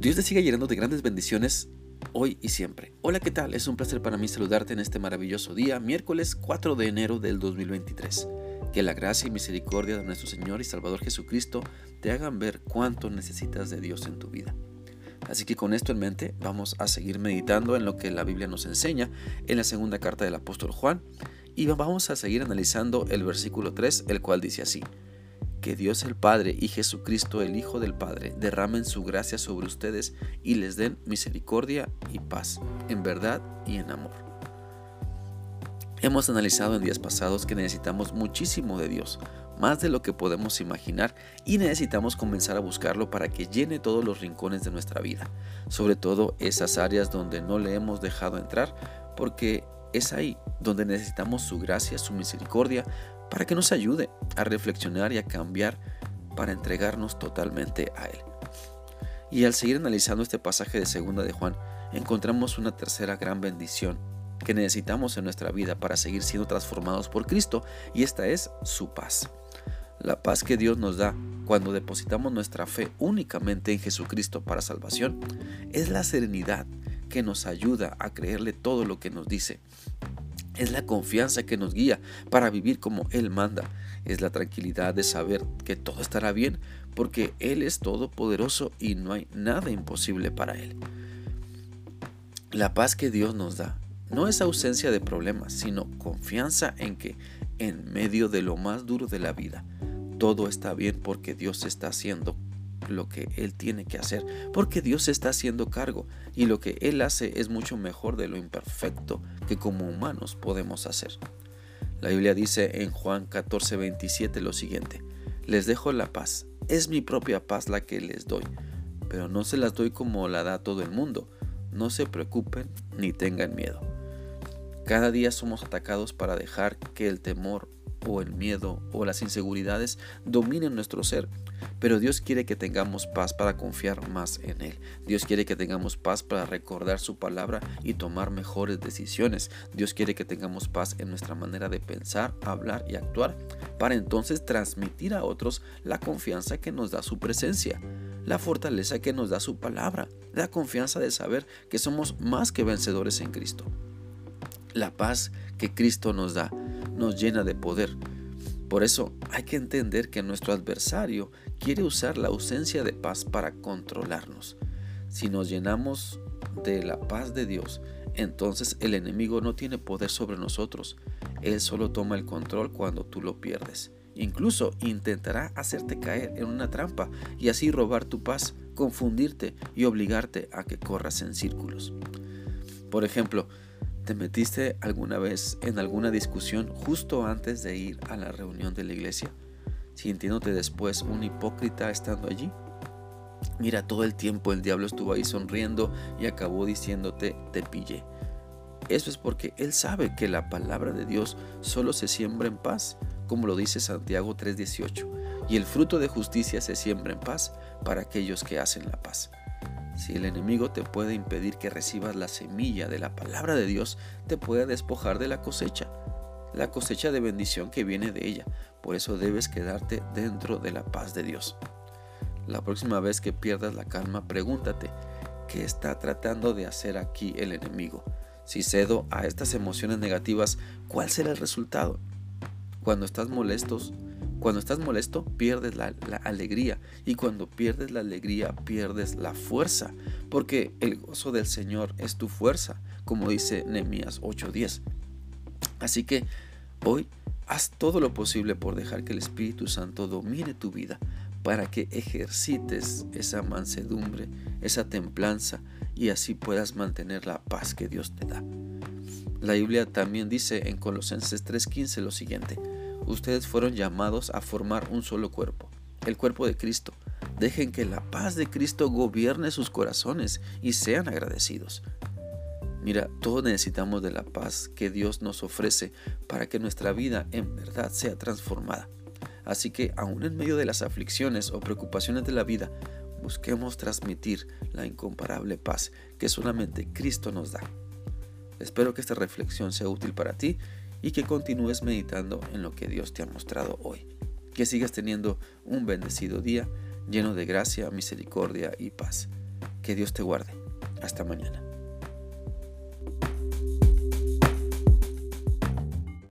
Dios te siga llenando de grandes bendiciones hoy y siempre. Hola, ¿qué tal? Es un placer para mí saludarte en este maravilloso día, miércoles 4 de enero del 2023. Que la gracia y misericordia de nuestro Señor y Salvador Jesucristo te hagan ver cuánto necesitas de Dios en tu vida. Así que con esto en mente vamos a seguir meditando en lo que la Biblia nos enseña en la segunda carta del apóstol Juan y vamos a seguir analizando el versículo 3, el cual dice así: que Dios el Padre y Jesucristo el Hijo del Padre derramen su gracia sobre ustedes y les den misericordia y paz, en verdad y en amor. Hemos analizado en días pasados que necesitamos muchísimo de Dios, más de lo que podemos imaginar, y necesitamos comenzar a buscarlo para que llene todos los rincones de nuestra vida, sobre todo esas áreas donde no le hemos dejado entrar, porque es ahí donde necesitamos su gracia, su misericordia, para que nos ayude a reflexionar y a cambiar para entregarnos totalmente a Él. Y al seguir analizando este pasaje de segunda de Juan, encontramos una tercera gran bendición que necesitamos en nuestra vida para seguir siendo transformados por Cristo, y esta es su paz. La paz que Dios nos da cuando depositamos nuestra fe únicamente en Jesucristo para salvación es la serenidad que nos ayuda a creerle todo lo que nos dice. Es la confianza que nos guía para vivir como Él manda. Es la tranquilidad de saber que todo estará bien porque Él es todopoderoso y no hay nada imposible para Él. La paz que Dios nos da no es ausencia de problemas, sino confianza en que en medio de lo más duro de la vida, todo está bien porque Dios está haciendo lo que Él tiene que hacer, porque Dios está haciendo cargo y lo que Él hace es mucho mejor de lo imperfecto que como humanos podemos hacer. La Biblia dice en Juan 14:27 lo siguiente: les dejo la paz, es mi propia paz la que les doy, pero no se las doy como la da todo el mundo, no se preocupen ni tengan miedo. Cada día somos atacados para dejar que el temor o el miedo o las inseguridades dominen nuestro ser, pero Dios quiere que tengamos paz para confiar más en Él. Dios quiere que tengamos paz para recordar su palabra y tomar mejores decisiones. Dios quiere que tengamos paz en nuestra manera de pensar, hablar y actuar, para entonces transmitir a otros la confianza que nos da su presencia, la fortaleza que nos da su palabra, la confianza de saber que somos más que vencedores en Cristo. La paz que Cristo nos da nos llena de poder. Por eso hay que entender que nuestro adversario quiere usar la ausencia de paz para controlarnos. Si nos llenamos de la paz de Dios, entonces el enemigo no tiene poder sobre nosotros. Él solo toma el control cuando tú lo pierdes. Incluso intentará hacerte caer en una trampa y así robar tu paz, confundirte y obligarte a que corras en círculos. Por ejemplo, ¿te metiste alguna vez en alguna discusión justo antes de ir a la reunión de la iglesia, sintiéndote después un hipócrita estando allí? Mira, todo el tiempo el diablo estuvo ahí sonriendo y acabó diciéndote: te pillé. Eso es porque él sabe que la palabra de Dios solo se siembra en paz, como lo dice Santiago 3:18, y el fruto de justicia se siembra en paz para aquellos que hacen la paz. Si el enemigo te puede impedir que recibas la semilla de la palabra de Dios, te puede despojar de la cosecha de bendición que viene de ella. Por eso debes quedarte dentro de la paz de Dios. La próxima vez que pierdas la calma, pregúntate: ¿qué está tratando de hacer aquí el enemigo? Si cedo a estas emociones negativas, ¿cuál será el resultado? Cuando estás molesto, pierdes la alegría, y cuando pierdes la alegría, pierdes la fuerza, porque el gozo del Señor es tu fuerza, como dice Nehemías 8:10. Así que hoy haz todo lo posible por dejar que el Espíritu Santo domine tu vida, para que ejercites esa mansedumbre, esa templanza, y así puedas mantener la paz que Dios te da. La Biblia también dice en Colosenses 3:15 lo siguiente: ustedes fueron llamados a formar un solo cuerpo, el cuerpo de Cristo. Dejen que la paz de Cristo gobierne sus corazones y sean agradecidos. Mira, todos necesitamos de la paz que Dios nos ofrece para que nuestra vida en verdad sea transformada. Así que aún en medio de las aflicciones o preocupaciones de la vida, busquemos transmitir la incomparable paz que solamente Cristo nos da. Espero que esta reflexión sea útil para ti y que continúes meditando en lo que Dios te ha mostrado hoy. Que sigas teniendo un bendecido día lleno de gracia, misericordia y paz. Que Dios te guarde. Hasta mañana.